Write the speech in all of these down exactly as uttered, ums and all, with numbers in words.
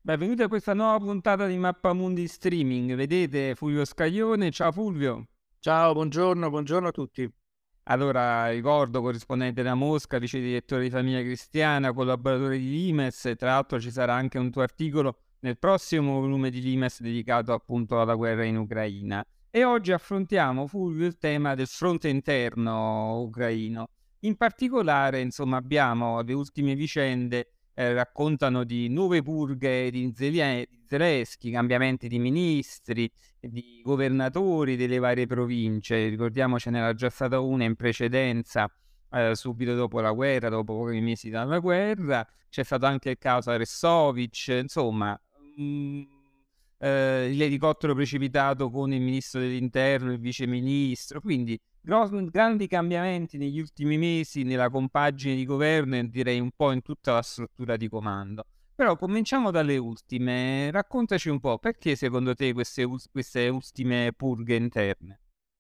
Benvenuti a questa nuova puntata di Mappamundi Streaming. Vedete Fulvio Scaglione. Ciao Fulvio. Ciao, buongiorno, buongiorno a tutti. Allora, ricordo, corrispondente da Mosca, vice direttore di Famiglia Cristiana, collaboratore di Limes. E tra l'altro ci sarà anche un tuo articolo nel prossimo volume di Limes dedicato appunto alla guerra in Ucraina. E oggi affrontiamo, Fulvio, il tema del fronte interno ucraino. In particolare, insomma, abbiamo le ultime vicende. Eh, raccontano di nuove purghe di Zelie- di Zelensky, cambiamenti di ministri, di governatori delle varie province. Ricordiamo ce n'era già stata una in precedenza, eh, subito dopo la guerra, dopo pochi mesi dalla guerra. C'è stato anche il caso Aressovic, insomma, mm, eh, l'elicottero precipitato con il ministro dell'interno, il viceministro, quindi gros- grandi cambiamenti negli ultimi mesi nella compagine di governo e direi un po' in tutta la struttura di comando. Però cominciamo dalle ultime. Raccontaci un po', perché secondo te queste, ul- queste ultime purghe interne?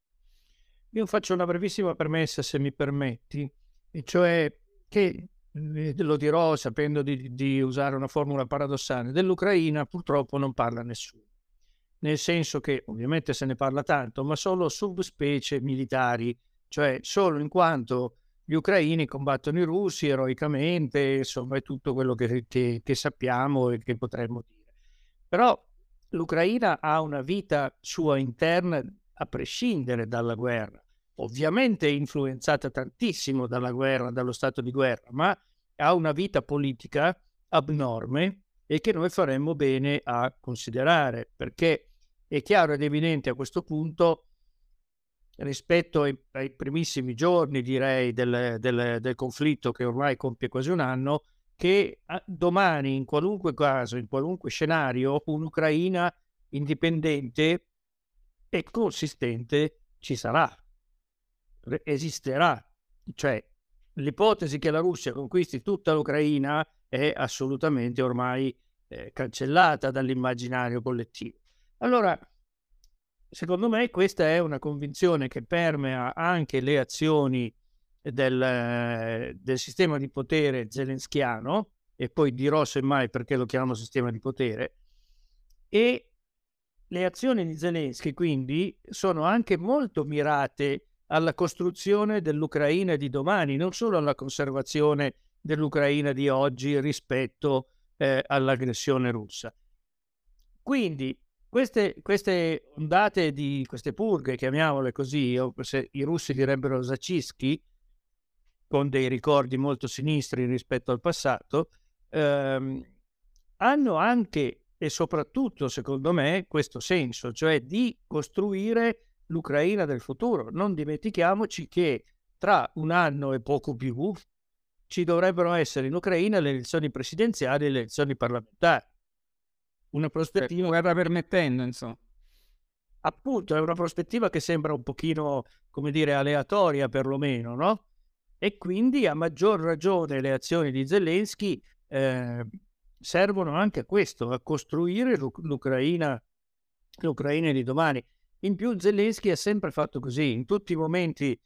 Io faccio una brevissima premessa, se mi permetti, e cioè che, eh, lo dirò sapendo di, di usare una formula paradossale, dell'Ucraina purtroppo non parla nessuno. Nel senso che ovviamente se ne parla tanto, ma solo subspecie militari, cioè solo in quanto gli ucraini combattono i russi eroicamente, insomma è tutto quello che, che, che sappiamo e che potremmo dire. Però l'Ucraina ha una vita sua interna a prescindere dalla guerra, ovviamente influenzata tantissimo dalla guerra, dallo stato di guerra, ma ha una vita politica abnorme e che noi faremmo bene a considerare, perché è chiaro ed evidente a questo punto, rispetto ai, ai primissimi giorni, direi, del, del, del conflitto che ormai compie quasi un anno, che a, domani, in qualunque caso, in qualunque scenario, un'Ucraina indipendente e consistente ci sarà, re- esisterà. Cioè, l'ipotesi che la Russia conquisti tutta l'Ucraina è assolutamente ormai eh, cancellata dall'immaginario collettivo. Allora, secondo me questa è una convinzione che permea anche le azioni del, del sistema di potere zelenskiano, e poi dirò semmai perché lo chiamo sistema di potere, e le azioni di Zelensky quindi sono anche molto mirate alla costruzione dell'Ucraina di domani, non solo alla conservazione dell'Ucraina di oggi rispetto eh, all'aggressione russa. Quindi queste, queste ondate di queste purghe, chiamiamole così, o se i russi direbbero zachischi, con dei ricordi molto sinistri rispetto al passato, ehm, hanno anche e soprattutto, secondo me, questo senso, cioè di costruire l'Ucraina del futuro. Non dimentichiamoci che tra un anno e poco più ci dovrebbero essere in Ucraina le elezioni presidenziali e le elezioni parlamentari. Una Cioè, prospettiva guerra permettendo, insomma. appunto, è una prospettiva che sembra un pochino, come dire, aleatoria perlomeno, no? E quindi a maggior ragione le azioni di Zelensky eh, servono anche a questo, a costruire l'U- l'Ucraina, l'Ucraina di domani. In più Zelensky ha sempre fatto così, in tutti i momenti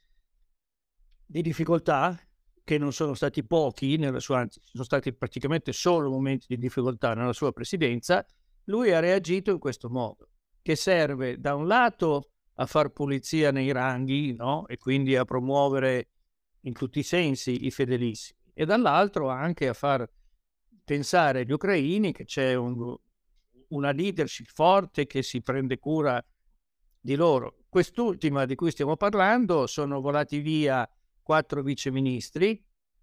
di difficoltà, che non sono stati pochi, nella sua, anzi, sono stati praticamente solo momenti di difficoltà nella sua presidenza, lui ha reagito in questo modo, che serve da un lato a far pulizia nei ranghi, no? E quindi a promuovere in tutti i sensi i fedelissimi, e dall'altro anche a far pensare agli ucraini che c'è un, una leadership forte che si prende cura di loro. Quest'ultima di cui stiamo parlando, sono volati via quattro viceministri,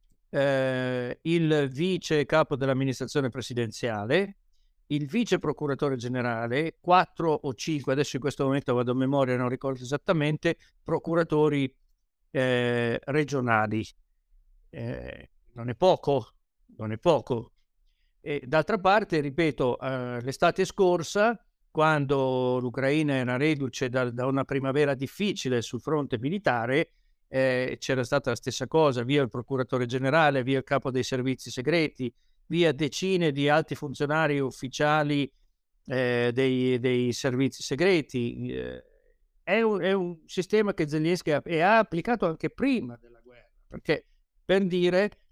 eh, il vice capo dell'amministrazione presidenziale, il vice procuratore generale, quattro o cinque, adesso in questo momento vado a memoria, non ricordo esattamente, procuratori eh, regionali. Eh, non è poco, non è poco. E d'altra parte, ripeto, eh, l'estate scorsa, quando l'Ucraina era reduce da, da una primavera difficile sul fronte militare, eh, c'era stata la stessa cosa, via il procuratore generale, via il capo dei servizi segreti, via decine di alti funzionari ufficiali eh, dei, dei servizi segreti. Eh, è, un, è un sistema che Zelensky ha, e ha applicato anche prima della guerra, perché per dire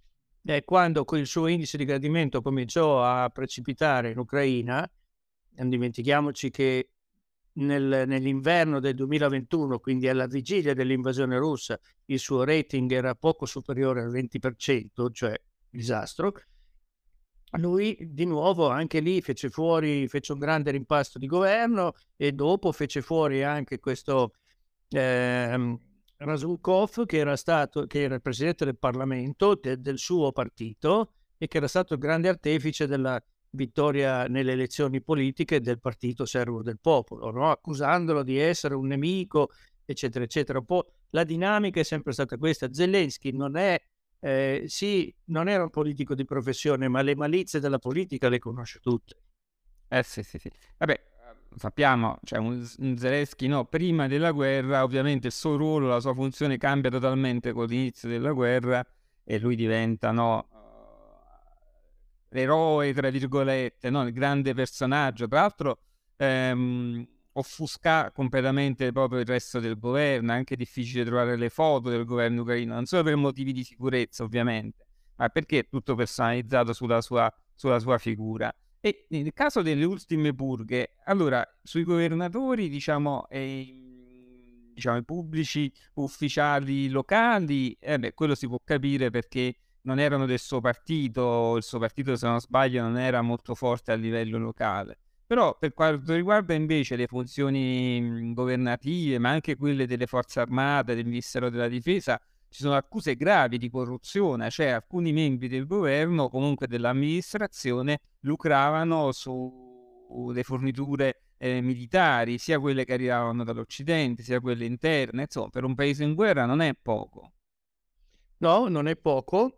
eh, quando con il suo indice di gradimento cominciò a precipitare in Ucraina, non dimentichiamoci che nel nell'inverno del duemilaventuno, quindi alla vigilia dell'invasione russa, il suo rating era poco superiore al venti per cento, cioè disastro. Lui di nuovo anche lì fece fuori fece un grande rimpasto di governo e dopo fece fuori anche questo, ehm, Razumkov che era stato che era il presidente del Parlamento de del suo partito e che era stato il grande artefice della vittoria nelle elezioni politiche del Partito Servo del Popolo, no, accusandolo di essere un nemico, eccetera, eccetera. Un po' la dinamica è sempre stata questa. Zelensky non è Ehm, sì, non era un politico di professione, ma le malizie della politica le conosce tutte. Eh sì, sì, sì. Vabbè, ehm, sappiamo, cioè un Z un Zelensky, no, prima della guerra ovviamente il suo ruolo, la sua funzione cambia totalmente con l'inizio della guerra e lui diventa, no, uhm, "l'eroe" tra virgolette, no, il grande personaggio. Tra l'altro, ehm, offusca completamente proprio il resto del governo, è anche difficile trovare le foto del governo ucraino, non solo per motivi di sicurezza ovviamente, ma perché è tutto personalizzato sulla sua sulla sua figura. E nel caso delle ultime purghe, allora sui governatori diciamo, ehm, diciamo i pubblici ufficiali locali, eh beh, quello si può capire perché non erano del suo partito, il suo partito se non sbaglio non era molto forte a livello locale. Però per quanto riguarda invece le funzioni, mhmm, governative, ma anche quelle delle forze armate, del Ministero della Difesa, ci sono accuse gravi di corruzione, cioè alcuni membri del governo, comunque dell'amministrazione, lucravano sulle forniture, ehm, militari, sia quelle che arrivavano dall'Occidente, sia quelle interne, insomma per un paese in guerra non è poco. No, non è poco.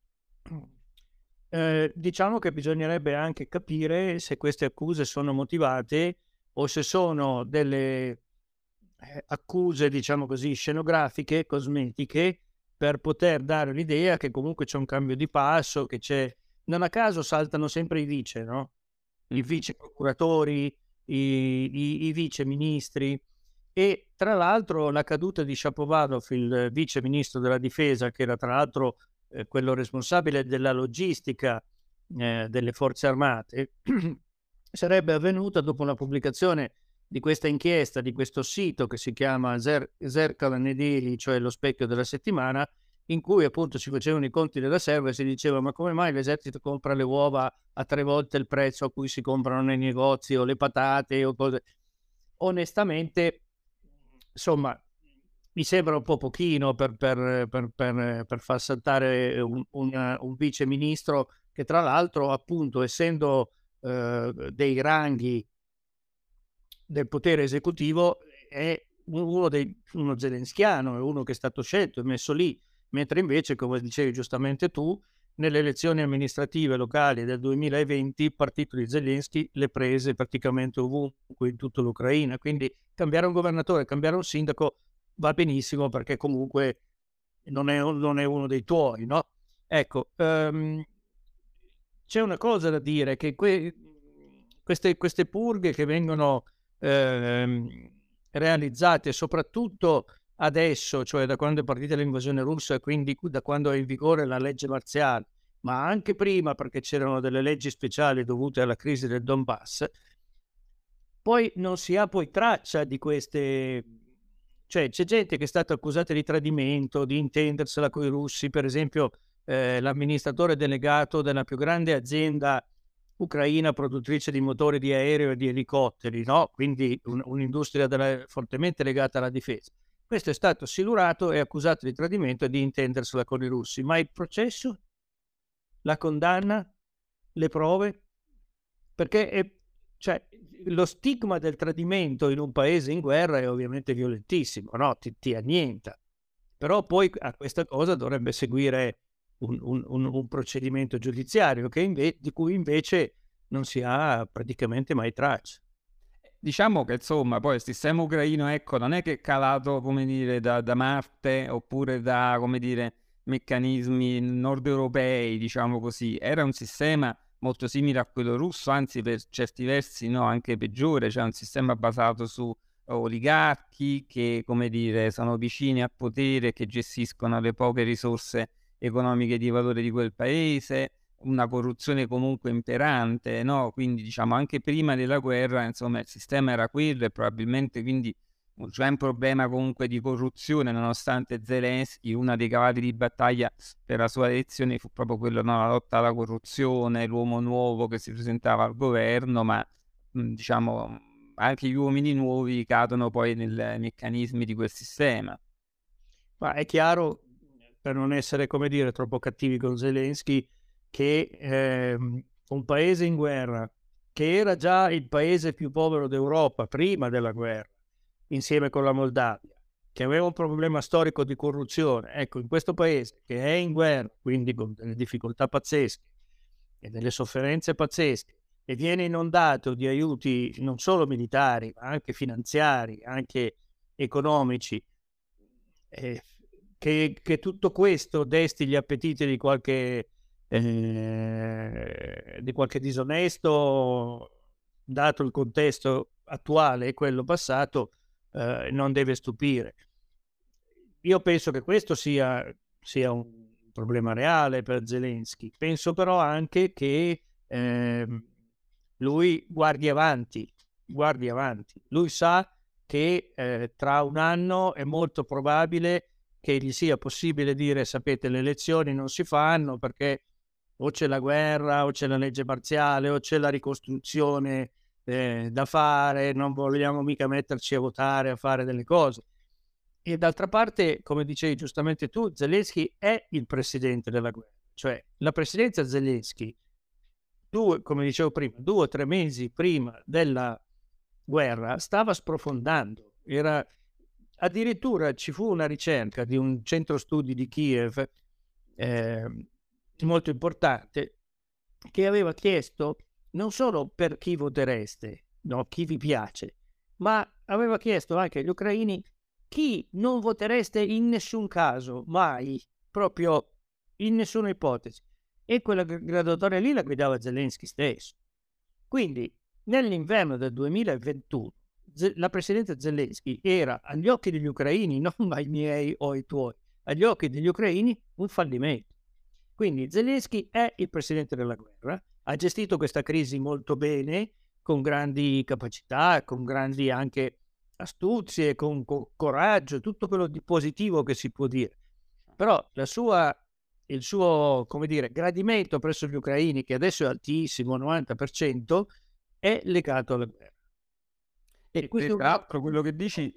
Ehm, diciamo che bisognerebbe anche capire se queste accuse sono motivate o se sono delle, ehm, accuse, diciamo così, scenografiche, cosmetiche, per poter dare l'idea che comunque c'è un cambio di passo, che c'è non a caso saltano sempre i vice, no, i Mh. vice procuratori, i i i vice ministri e tra l'altro la caduta di Shapovalov, il vice ministro della difesa, che era tra l'altro, ehm, quello responsabile della logistica, ehm, delle forze armate, sarebbe avvenuta dopo la pubblicazione di questa inchiesta, di questo sito che si chiama Zer Zerkala Nedeljy, cioè lo specchio della settimana, in cui appunto si facevano i conti della serva e si diceva: "Ma come mai l'esercito compra le uova a tre volte il prezzo a cui si comprano nei negozi o le patate o cose". Onestamente, insomma, mi sembra un po' pochino per per per per per far saltare un un un vice ministro che tra l'altro, appunto, essendo, uhm, dei ranghi del potere esecutivo, è u uno dei uno zelenskiano, è uno che è stato scelto e messo lì, mentre invece, come dicevi giustamente tu, nelle elezioni amministrative locali del duemilaventi il partito di Zelensky le prese praticamente ovunque in tutta l'Ucraina. Quindi cambiare un governatore, cambiare un sindaco va benissimo perché comunque non è un non è uno dei tuoi, no. Ecco, uhm, c'è una cosa da dire che que queste queste purghe che vengono, ehm, realizzate soprattutto adesso, cioè da quando è partita l'invasione russa e quindi q da quando è in vigore la legge marziale, ma anche prima perché c'erano delle leggi speciali dovute alla crisi del Donbass, poi non si ha poi traccia di queste cioè c'è gente che è stata accusata di tradimento, di intendersela coi russi, per esempio, ehm, l'amministratore delegato della più grande azienda ucraina produttrice di motori di aereo e di elicotteri, no, quindi un un'industria della fortemente legata alla difesa. Questo è stato silurato e accusato di tradimento e di intendersela con i russi, ma il processo? La condanna? Le prove? Perché è cioè, lo stigma del tradimento in un paese in guerra è ovviamente violentissimo, no, ti ti annienta. Però poi a questa cosa dovrebbe seguire un un un un procedimento giudiziario che inve di cui invece non si ha praticamente mai traccia. Diciamo che insomma poi il sistema ucraino, ecco, non è che è calato, come dire, da da Marte oppure da, come dire, meccanismi nord europei, diciamo così. Era un sistema molto simile a quello russo, anzi per certi versi no, anche peggiore, cioè un sistema basato su oligarchi che, come dire, sono vicini al potere e che gestiscono le poche risorse economiche di valore di quel paese, una corruzione comunque imperante, no? Quindi diciamo anche prima della guerra, insomma, il sistema era quello e probabilmente quindi c'è un problema comunque di corruzione, nonostante Zelensky, uno dei cavalli di battaglia per la sua elezione fu proprio quello, no? La lotta alla corruzione, l'uomo nuovo che si presentava al governo, ma mh, diciamo anche gli uomini nuovi cadono poi nei meccanismi di quel sistema. Ma è chiaro, per non essere, come dire, troppo cattivi con Zelensky, che ehm, un paese in guerra, che era già il paese più povero d'Europa prima della guerra, insieme con la Moldavia, che aveva un problema storico di corruzione, ecco, in questo paese che è in guerra, quindi con delle difficoltà pazzesche e delle sofferenze pazzesche, e viene inondato di aiuti non solo militari, ma anche finanziari, anche economici, eh, che, che tutto questo desti gli appetiti di qualche, eh, di qualche disonesto, dato il contesto attuale e quello passato, eh, non deve stupire. Io penso che questo sia, sia un problema reale per Zelensky. Penso però anche che eh, lui guardi avanti, guardi avanti. Lui sa che eh, tra un anno è molto probabile che gli sia possibile dire: sapete, le elezioni non si fanno perché o c'è la guerra, o c'è la legge marziale, o c'è la ricostruzione eh, da fare, non vogliamo mica metterci a votare, a fare delle cose. E d'altra parte, come dicevi giustamente tu, Zelensky è il presidente della guerra. Cioè, la presidenza Zelensky, due, come dicevo prima, due o tre mesi prima della guerra, stava sprofondando. Era, addirittura ci fu una ricerca di un centro studi di Kiev eh, molto importante, che aveva chiesto non solo per chi votereste, no, chi vi piace, ma aveva chiesto anche agli ucraini chi non votereste in nessun caso, mai, proprio in nessuna ipotesi. E quella graduatoria lì la guidava Zelensky stesso. Quindi nell'inverno del duemilaventuno la presidenza Zelensky era agli occhi degli ucraini, non ai miei o ai tuoi, agli occhi degli ucraini un fallimento. Quindi Zelensky è il presidente della guerra, ha gestito questa crisi molto bene, con grandi capacità, con grandi anche astuzie, con, con coraggio, tutto quello di positivo che si può dire. Però la sua, il suo, come dire, gradimento presso gli ucraini, che adesso è altissimo, novanta per cento, è legato alla guerra. E questo tra l'altro quello che dici,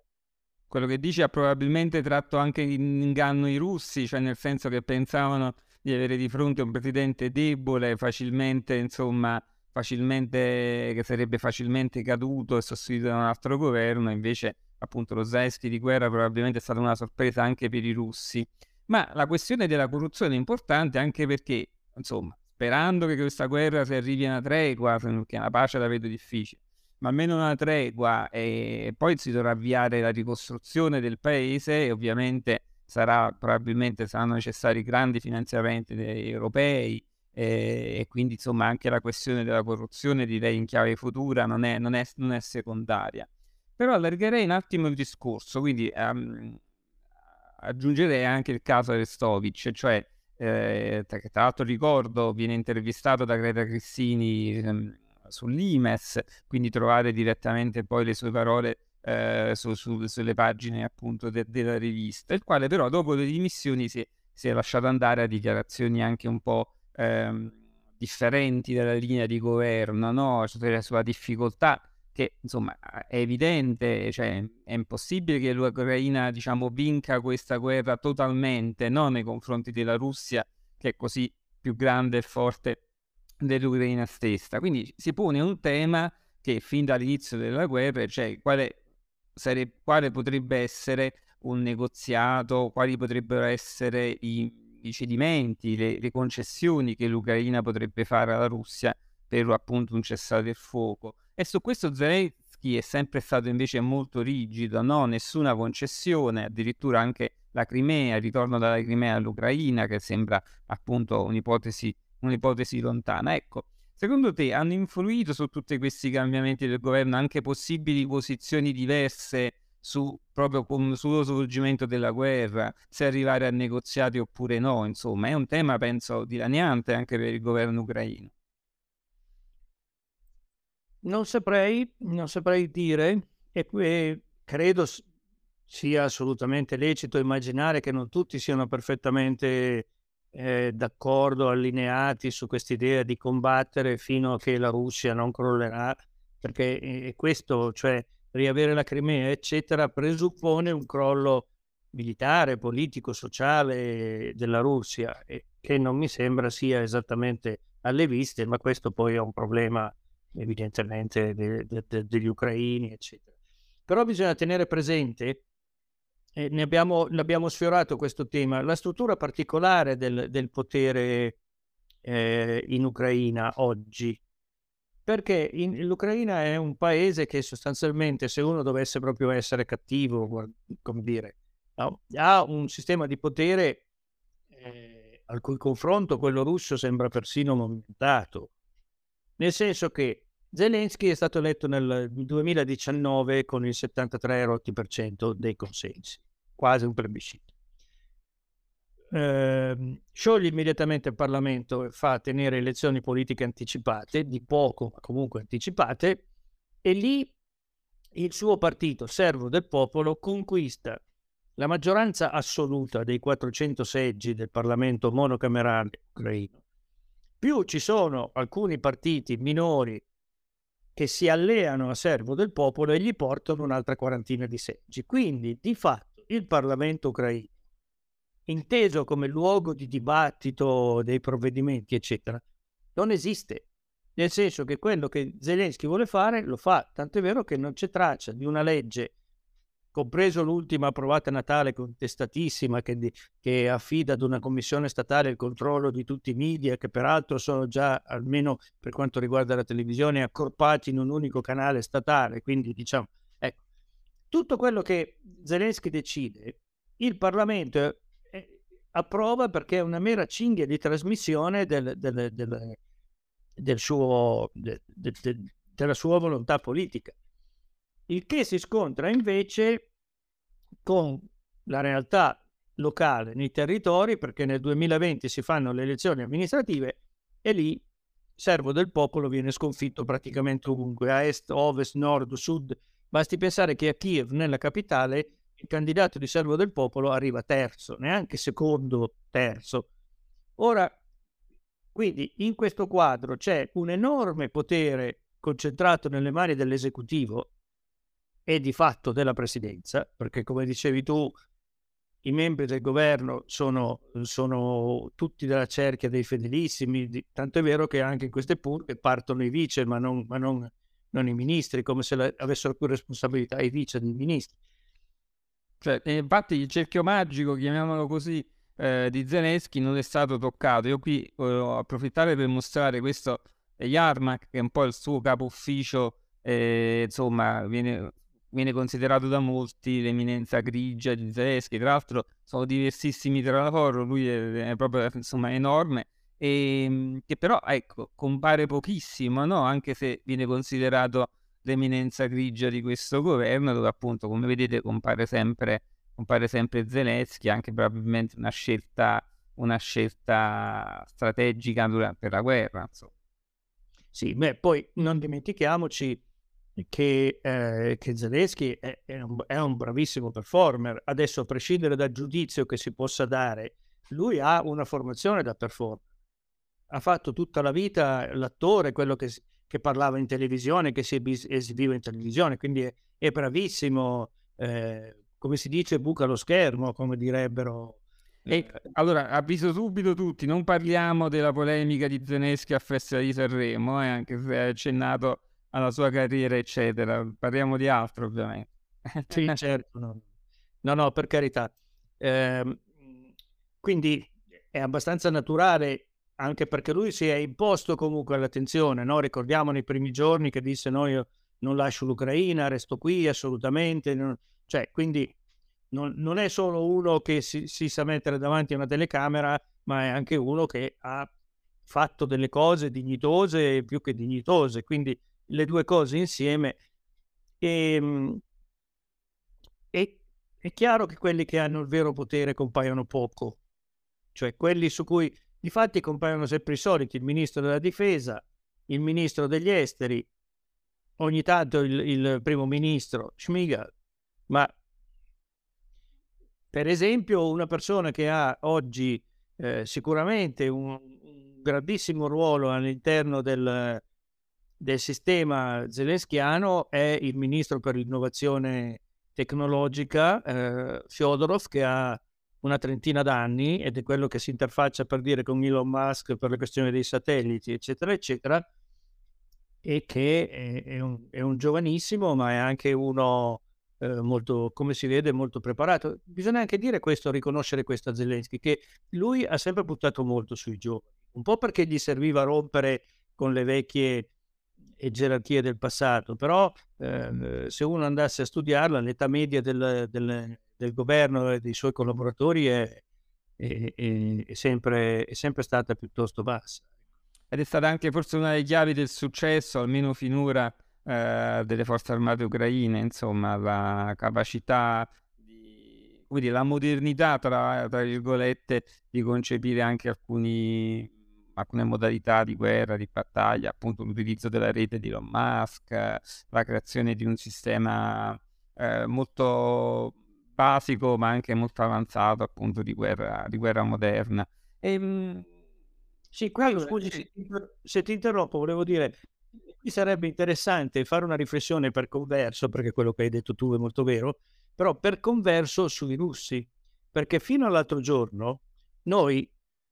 quello che dici ha probabilmente tratto anche in inganno i russi, cioè nel senso che pensavano di avere di fronte un presidente debole, facilmente, insomma, facilmente che sarebbe facilmente caduto e sostituito da un altro governo. Invece appunto lo Zelensky di guerra probabilmente è stata una sorpresa anche per i russi. Ma la questione della corruzione è importante anche perché, insomma, sperando che questa guerra si arrivi a una tregua, perché la pace la vedo difficile, ma almeno una tregua, e poi si dovrà avviare la ricostruzione del paese, e ovviamente sarà, probabilmente saranno necessari grandi finanziamenti europei, e, e quindi insomma anche la questione della corruzione, direi in chiave futura, non è, non è, non è secondaria. Però allargherei un attimo il discorso, quindi um, aggiungerei anche il caso Arestovic, cioè eh, che tra l'altro ricordo viene intervistato da Greta Cristini ehm, sull'Imes, quindi trovate direttamente poi le sue parole eh, su, su, sulle pagine appunto de, della rivista, il quale però dopo le dimissioni si, si è lasciato andare a dichiarazioni anche un po' ehm, differenti dalla linea di governo, no? Cioè, la sua difficoltà, che insomma è evidente, cioè è impossibile che l'Ucraina, diciamo, vinca questa guerra totalmente, no? Nei confronti della Russia, che è così più grande e forte dell'Ucraina stessa. Quindi si pone un tema che fin dall'inizio della guerra, cioè quale, sare- quale potrebbe essere un negoziato, quali potrebbero essere i, i cedimenti, le, le concessioni che l'Ucraina potrebbe fare alla Russia per appunto un cessate il fuoco. E su questo Zelensky è sempre stato invece molto rigido, no? Nessuna concessione, addirittura anche la Crimea, il ritorno dalla Crimea all'Ucraina, che sembra appunto un'ipotesi un'ipotesi lontana. Ecco, secondo te hanno influito su tutti questi cambiamenti del governo anche possibili posizioni diverse su proprio com sullo svolgimento della guerra, se arrivare a negoziati oppure no, insomma. È un tema penso dilaniante anche per il governo ucraino. Non saprei non saprei dire e que credo s sia assolutamente lecito immaginare che non tutti siano perfettamente, ehm, d'accordo, allineati su quest'idea di combattere fino a che la Russia non crollerà, perché, ehm, questo, cioè riavere la Crimea, eccetera, presuppone un crollo militare, politico, sociale della Russia, e che non mi sembra sia esattamente alle viste, ma questo poi è un problema evidentemente de de de degli ucraini, eccetera. Però bisogna tenere presente, e ne abbiamo l'abbiamo sfiorato questo tema, la struttura particolare del del potere, ehm, in Ucraina oggi. Perché in l'Ucraina è un paese che sostanzialmente, se uno dovesse proprio essere cattivo, guar come dire, no, ha un sistema di potere, ehm, al cui confronto quello russo sembra persino movimentato. Nel senso che Zelensky è stato eletto nel duemiladiciannove con il settantatré rotti per cento dei consensi, quasi un plebiscito. Ehm, scioglie immediatamente il Parlamento e fa tenere elezioni politiche anticipate, di poco ma comunque anticipate, e lì il suo partito, Servo del Popolo, conquista la maggioranza assoluta dei quattrocento seggi del Parlamento monocamerale ucraino. Più ci sono alcuni partiti minori che si alleano a Servo del Popolo e gli portano un'altra quarantina di seggi. Quindi, di fatto, il Parlamento ucraino, inteso come luogo di dibattito dei provvedimenti, eccetera, non esiste. Nel senso che quello che Zelensky vuole fare lo fa, tant'è vero che non c'è traccia di una legge, compreso l'ultima approvata a Natale, contestatissima, che, di, che affida ad una commissione statale il controllo di tutti i media, che peraltro sono già, almeno per quanto riguarda la televisione, accorpati in un unico canale statale. Quindi diciamo, ecco, tutto quello che Zelensky decide, il Parlamento eh, approva perché è una mera cinghia di trasmissione del, del, del, del suo, de, de, de, della sua volontà politica. Il che si scontra invece con la realtà locale nei territori, perché nel duemilaventi si fanno le elezioni amministrative e lì Servo del Popolo viene sconfitto praticamente ovunque, a est, ovest, nord, sud. Basti pensare che a Kiev, nella capitale, il candidato di Servo del Popolo arriva terzo, neanche secondo, terzo. Ora, quindi in questo quadro c'è un enorme potere concentrato nelle mani dell'esecutivo e di fatto della presidenza, perché come dicevi tu, i membri del governo sono, sono tutti della cerchia dei fedelissimi, di, tanto è vero che anche in queste purghe partono i vice, ma non, ma non, non i ministri, come se la, avessero più responsabilità i vice dei ministri. Cioè, e infatti il cerchio magico, chiamiamolo così, eh, di Zelensky non è stato toccato. Io qui volevo approfittare per mostrare questo Yarmak, che è un po' il suo capo ufficio, eh, insomma, viene, viene considerato da molti l'eminenza grigia di Zelensky. Tra l'altro sono diversissimi tra loro, lui è, è proprio, insomma, enorme, e che però, ecco, compare pochissimo, no? Anche se viene considerato l'eminenza grigia di questo governo, dove appunto, come vedete, compare sempre, compare sempre Zelensky, anche probabilmente una scelta, una scelta strategica durante, per la guerra, insomma. Sì, beh, poi non dimentichiamoci che, eh, che Zelensky è, è, un, è un bravissimo performer. Adesso, a prescindere dal giudizio che si possa dare, lui ha una formazione da performer. Ha fatto tutta la vita l'attore, quello che, che parlava in televisione, che si esibiva in televisione, quindi è, è bravissimo, eh, come si dice, buca lo schermo, come direbbero. E allora avviso subito tutti, non parliamo della polemica di Zelensky al Festival di Sanremo, eh, anche se è accennato alla sua carriera, eccetera. Parliamo di altro, ovviamente. Sì, certo, no, no, no, per carità. Eh, quindi è abbastanza naturale, anche perché lui si è imposto comunque all'attenzione, no? Ricordiamo nei primi giorni che disse: no, io non lascio l'Ucraina, resto qui assolutamente. Non... Cioè, quindi non, non è solo uno che si, si sa mettere davanti a una telecamera, ma è anche uno che ha fatto delle cose dignitose, più che dignitose, quindi le due cose insieme. E, è chiaro che quelli che hanno il vero potere compaiono poco, cioè quelli su cui difatti compaiono sempre i soliti, il ministro della difesa, il ministro degli esteri, ogni tanto il, il primo ministro Schmigal, ma per esempio una persona che ha oggi eh, sicuramente un, un grandissimo ruolo all'interno del, del sistema zelenskiano è il ministro per l'innovazione tecnologica eh, Fyodorov, che ha una trentina d'anni ed è quello che si interfaccia per dire con Elon Musk per le questioni dei satelliti, eccetera, eccetera, e che è, è, un, è un giovanissimo, ma è anche uno eh, molto, come si vede, molto preparato. Bisogna anche dire questo, riconoscere questo a Zelensky, che lui ha sempre puntato molto sui giovani, un po' perché gli serviva rompere con le vecchie e gerarchie del passato, però eh, se uno andasse a studiarla, l'età media del, del, del governo e dei suoi collaboratori è, è, è, è, sempre, è sempre stata piuttosto bassa. Ed è stata anche forse una delle chiavi del successo, almeno finora, eh, delle forze armate ucraine, insomma, la capacità, di, come dire, la modernità, tra, tra virgolette, di concepire anche alcuni, alcune modalità di guerra, di battaglia, appunto l'utilizzo della rete di Elon Musk, la creazione di un sistema eh, molto basico, ma anche molto avanzato, appunto, di guerra, di guerra moderna. E, mh, Sì, quello, scusi se ti, se ti interrompo, volevo dire, qui sarebbe interessante fare una riflessione per converso, perché quello che hai detto tu è molto vero, però per converso sui russi, perché fino all'altro giorno noi,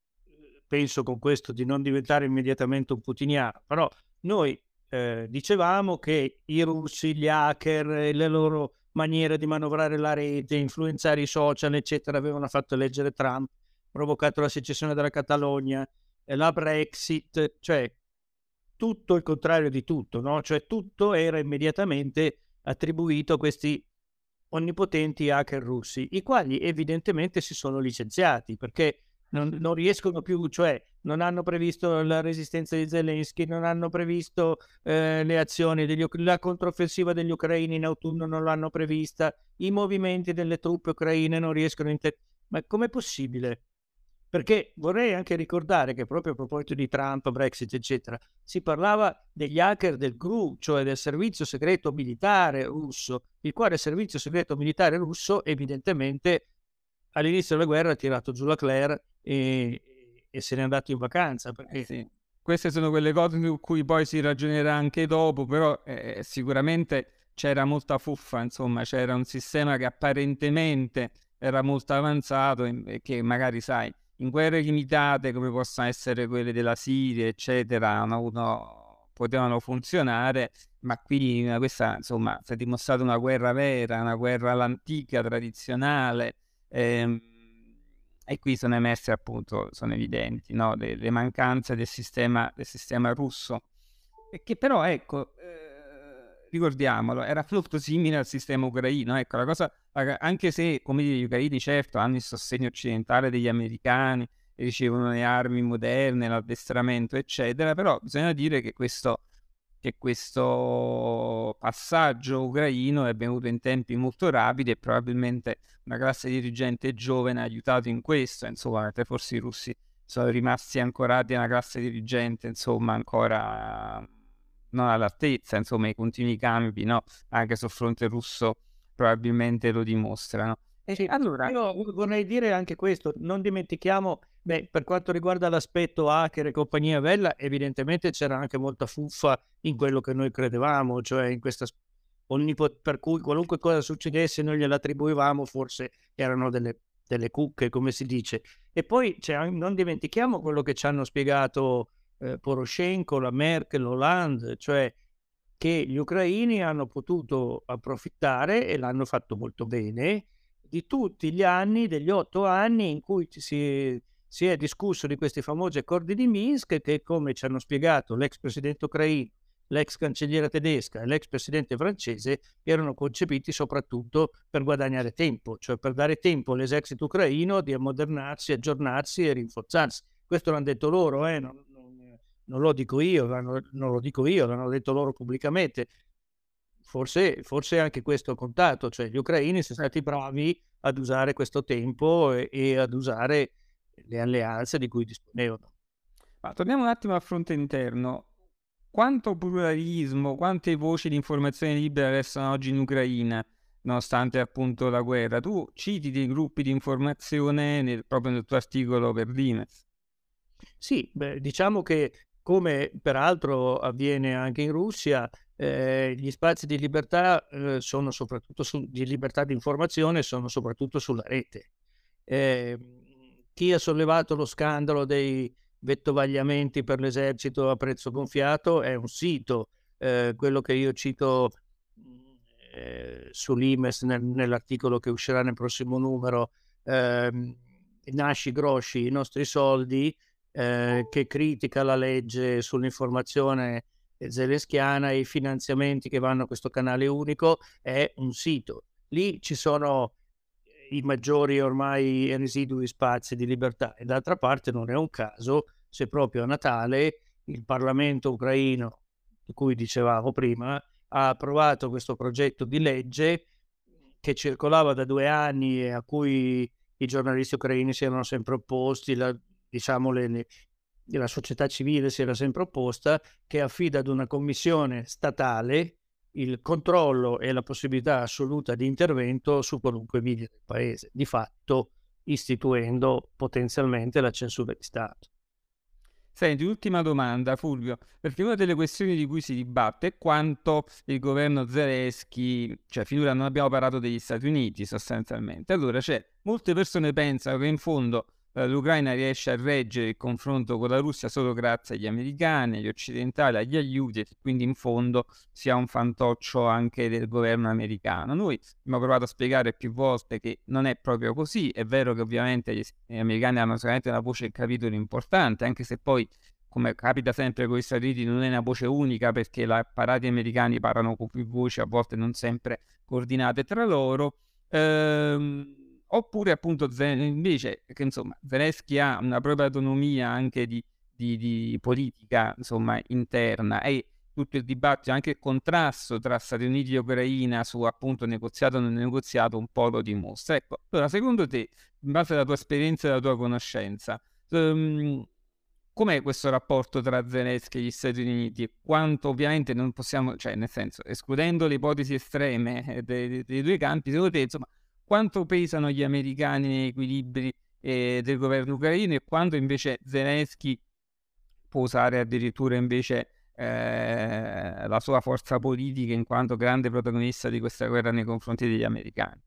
penso con questo di non diventare immediatamente un putiniano, però noi eh, dicevamo che i russi, gli hacker, le loro maniere di manovrare la rete, influenzare i social, eccetera, avevano fatto eleggere Trump, provocato la secessione della Catalogna, la Brexit, cioè tutto il contrario di tutto, no? Cioè tutto era immediatamente attribuito a questi onnipotenti hacker russi, i quali evidentemente si sono licenziati perché non, non riescono più, cioè non hanno previsto la resistenza di Zelensky, non hanno previsto eh, le azioni, degli, la controffensiva degli ucraini in autunno non l'hanno prevista, i movimenti delle truppe ucraine non riescono a inter... Ma com'è possibile? Perché vorrei anche ricordare che proprio a proposito di Trump, Brexit, eccetera, si parlava degli hacker del G R U, cioè del servizio segreto militare russo, il quale servizio segreto militare russo evidentemente all'inizio della guerra ha tirato giù la Claire e, e se n'è andato in vacanza. Perché... Eh sì. Queste sono quelle cose su cui poi si ragionerà anche dopo, però eh, sicuramente c'era molta fuffa, insomma, c'era un sistema che apparentemente era molto avanzato e che magari, sai, in guerre limitate come possono essere quelle della Siria, eccetera, hanno avuto, potevano funzionare, ma qui questa, insomma, si è dimostrata una guerra vera, una guerra all'antica, tradizionale, ehm, e qui sono emerse, appunto, sono evidenti, no? le, le mancanze del sistema, del sistema russo, e che però, ecco, eh, ricordiamolo, era molto simile al sistema ucraino. Ecco, la cosa, anche se, come dire, gli ucraini certo hanno il sostegno occidentale degli americani, ricevono le armi moderne, l'addestramento, eccetera, però bisogna dire che questo, che questo passaggio ucraino è avvenuto in tempi molto rapidi e probabilmente una classe dirigente giovane ha aiutato in questo, insomma, mentre forse i russi sono rimasti ancorati a una classe dirigente, insomma, ancora non all'altezza, insomma, i continui cambi, no? Anche sul fronte russo probabilmente lo dimostrano. E sì, allora, io vorrei dire anche questo, non dimentichiamo, beh, per quanto riguarda l'aspetto hacker e compagnia bella, evidentemente c'era anche molta fuffa in quello che noi credevamo, cioè in questa onnipot- per cui qualunque cosa succedesse noi gliela attribuivamo, forse erano delle, delle cucche, come si dice. E poi cioè, non dimentichiamo quello che ci hanno spiegato eh, Poroshenko, la Merkel, Hollande, cioè che gli ucraini hanno potuto approfittare, e l'hanno fatto molto bene, di tutti gli anni, degli otto anni in cui si, si è discusso di questi famosi accordi di Minsk che, come ci hanno spiegato l'ex presidente ucraino, l'ex cancelliera tedesca e l'ex presidente francese, erano concepiti soprattutto per guadagnare tempo, cioè per dare tempo all'esercito ucraino di ammodernarsi, aggiornarsi e rinforzarsi. Questo l'hanno detto loro, eh? non, non, non lo dico io, non lo dico io, l'hanno detto loro pubblicamente. forse, forse anche questo ha contato, cioè gli ucraini sono stati bravi ad usare questo tempo e, e ad usare le alleanze di cui disponevano. Ma torniamo un attimo al fronte interno. Quanto pluralismo, quante voci di informazione libera restano oggi in Ucraina, nonostante appunto la guerra? Tu citi dei gruppi di informazione nel, proprio nel tuo articolo per Limes. Sì, beh, diciamo che, come peraltro avviene anche in Russia, eh, gli spazi di libertà, eh, sono soprattutto su, di libertà di informazione sono soprattutto sulla rete. Eh, chi ha sollevato lo scandalo dei vettovagliamenti per l'esercito a prezzo gonfiato è un sito, eh, quello che io cito eh, sull'Imes nel- nell'articolo che uscirà nel prossimo numero, ehm, Nasci grosci, i nostri soldi, eh, che critica la legge sull'informazione zelenschiana e i finanziamenti che vanno a questo canale unico, è un sito. Lì ci sono i maggiori ormai residui spazi di libertà e d'altra parte non è un caso se proprio a Natale il Parlamento ucraino, di cui dicevamo prima, ha approvato questo progetto di legge che circolava da due anni e a cui i giornalisti ucraini si erano sempre opposti, la, diciamo le, le, la società civile si era sempre opposta, che affida ad una commissione statale il controllo e la possibilità assoluta di intervento su qualunque media del paese, di fatto istituendo potenzialmente la censura di Stato. Senti, ultima domanda, Fulvio, perché una delle questioni di cui si dibatte è quanto il governo Zelensky, cioè finora non abbiamo parlato degli Stati Uniti sostanzialmente, allora cioè, molte persone pensano che in fondo eh, l'Ucraina riesce a reggere il confronto con la Russia solo grazie agli americani, agli occidentali, agli aiuti, e quindi in fondo sia un fantoccio anche del governo americano. Noi abbiamo provato a spiegare più volte che non è proprio così, è vero che ovviamente gli, gli americani hanno sicuramente una voce e capitolo importante, anche se poi, come capita sempre con gli Stati Uniti, non è una voce unica perché gli apparati americani parlano con più voci, a volte non sempre coordinate tra loro. Ehm, oppure appunto invece che insomma Zelensky ha una propria autonomia anche di, di, di politica insomma interna e tutto il dibattito, anche il contrasto tra Stati Uniti e Ucraina su appunto negoziato o non negoziato un po' lo dimostra. Ecco, allora secondo te, in base alla tua esperienza e alla tua conoscenza, um, com'è questo rapporto tra Zelensky e gli Stati Uniti? Quanto ovviamente non possiamo, cioè nel senso, escludendo le ipotesi estreme dei, dei, dei due campi, secondo te insomma quanto pesano gli americani negli equilibri eh, del governo ucraino e quanto invece Zelensky può usare addirittura invece eh, la sua forza politica in quanto grande protagonista di questa guerra nei confronti degli americani?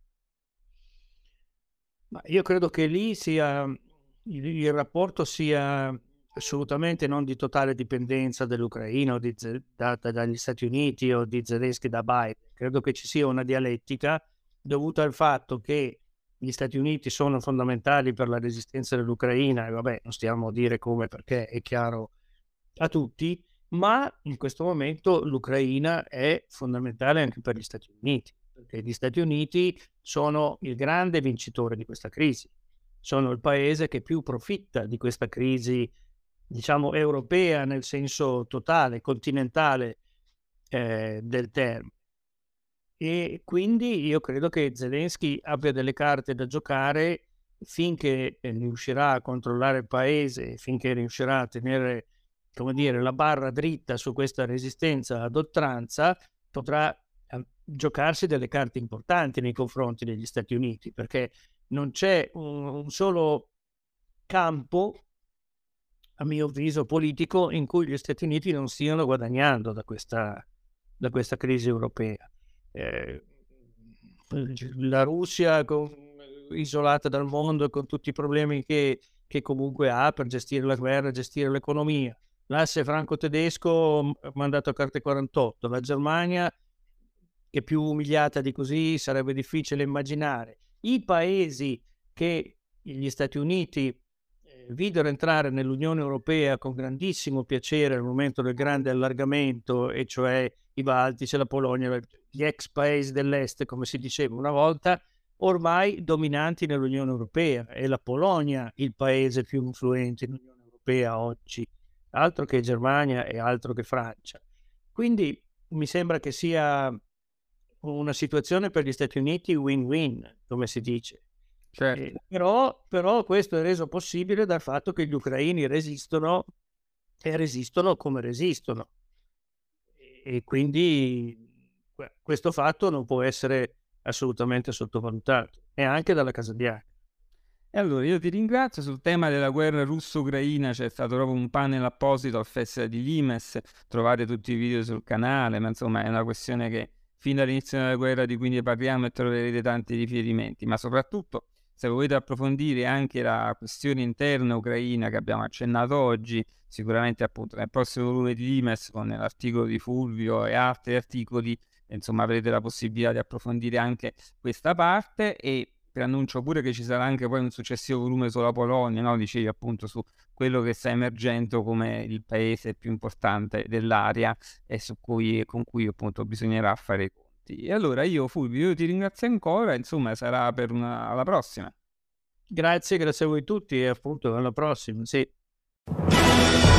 Ma io credo che lì sia il, il rapporto sia assolutamente non di totale dipendenza dell'Ucraina o di, data dagli Stati Uniti o di Zelensky da Biden. Credo che ci sia una dialettica dovuta al fatto che gli Stati Uniti sono fondamentali per la resistenza dell'Ucraina, e vabbè, non stiamo a dire come, perché è chiaro a tutti, ma in questo momento l'Ucraina è fondamentale anche per gli Stati Uniti, perché gli Stati Uniti sono il grande vincitore di questa crisi, sono il paese che più profitta di questa crisi, diciamo, europea nel senso totale, continentale eh, del termine. E quindi io credo che Zelensky abbia delle carte da giocare finché riuscirà a controllare il paese, finché riuscirà a tenere, come dire, la barra dritta su questa resistenza ad oltranza, potrà eh, giocarsi delle carte importanti nei confronti degli Stati Uniti, perché non c'è un, un solo campo, a mio avviso, politico in cui gli Stati Uniti non stiano guadagnando da questa, da questa crisi europea. Eh, la Russia con, isolata dal mondo con tutti i problemi che, che comunque ha per gestire la guerra, gestire l'economia. L'asse franco-tedesco mandato a carte quarantotto, la Germania che più umiliata di così sarebbe difficile immaginare. I paesi che gli Stati Uniti eh, videro entrare nell'Unione Europea con grandissimo piacere al momento del grande allargamento, e cioè i Baltici, la Polonia, gli ex paesi dell'est, come si diceva una volta, ormai dominanti nell'Unione Europea. È la Polonia il paese più influente nell'Unione Europea oggi, altro che Germania e altro che Francia. Quindi mi sembra che sia una situazione per gli Stati Uniti win-win, come si dice. Certo. Eh, però, però questo è reso possibile dal fatto che gli ucraini resistono e resistono come resistono. E, e quindi questo fatto non può essere assolutamente sottovalutato, e anche dalla Casa Bianca. E allora io ti ringrazio. Sul tema della guerra russo-ucraina c'è stato proprio un panel apposito al Festival di Limes, trovate tutti i video sul canale, ma insomma è una questione che fin dall'inizio della guerra di cui ne parliamo e troverete tanti riferimenti, ma soprattutto se volete approfondire anche la questione interna ucraina che abbiamo accennato oggi, sicuramente appunto nel prossimo volume di Limes con l'articolo di Fulvio e altri articoli, insomma avrete la possibilità di approfondire anche questa parte. E preannuncio pure che ci sarà anche poi un successivo volume sulla Polonia, no? Dicevi appunto su quello che sta emergendo come il paese più importante dell'area e su cui, con cui appunto bisognerà fare i conti. E allora io Fulvio, io ti ringrazio ancora, insomma sarà per una alla prossima. Grazie, grazie a voi tutti e appunto alla prossima. Sì.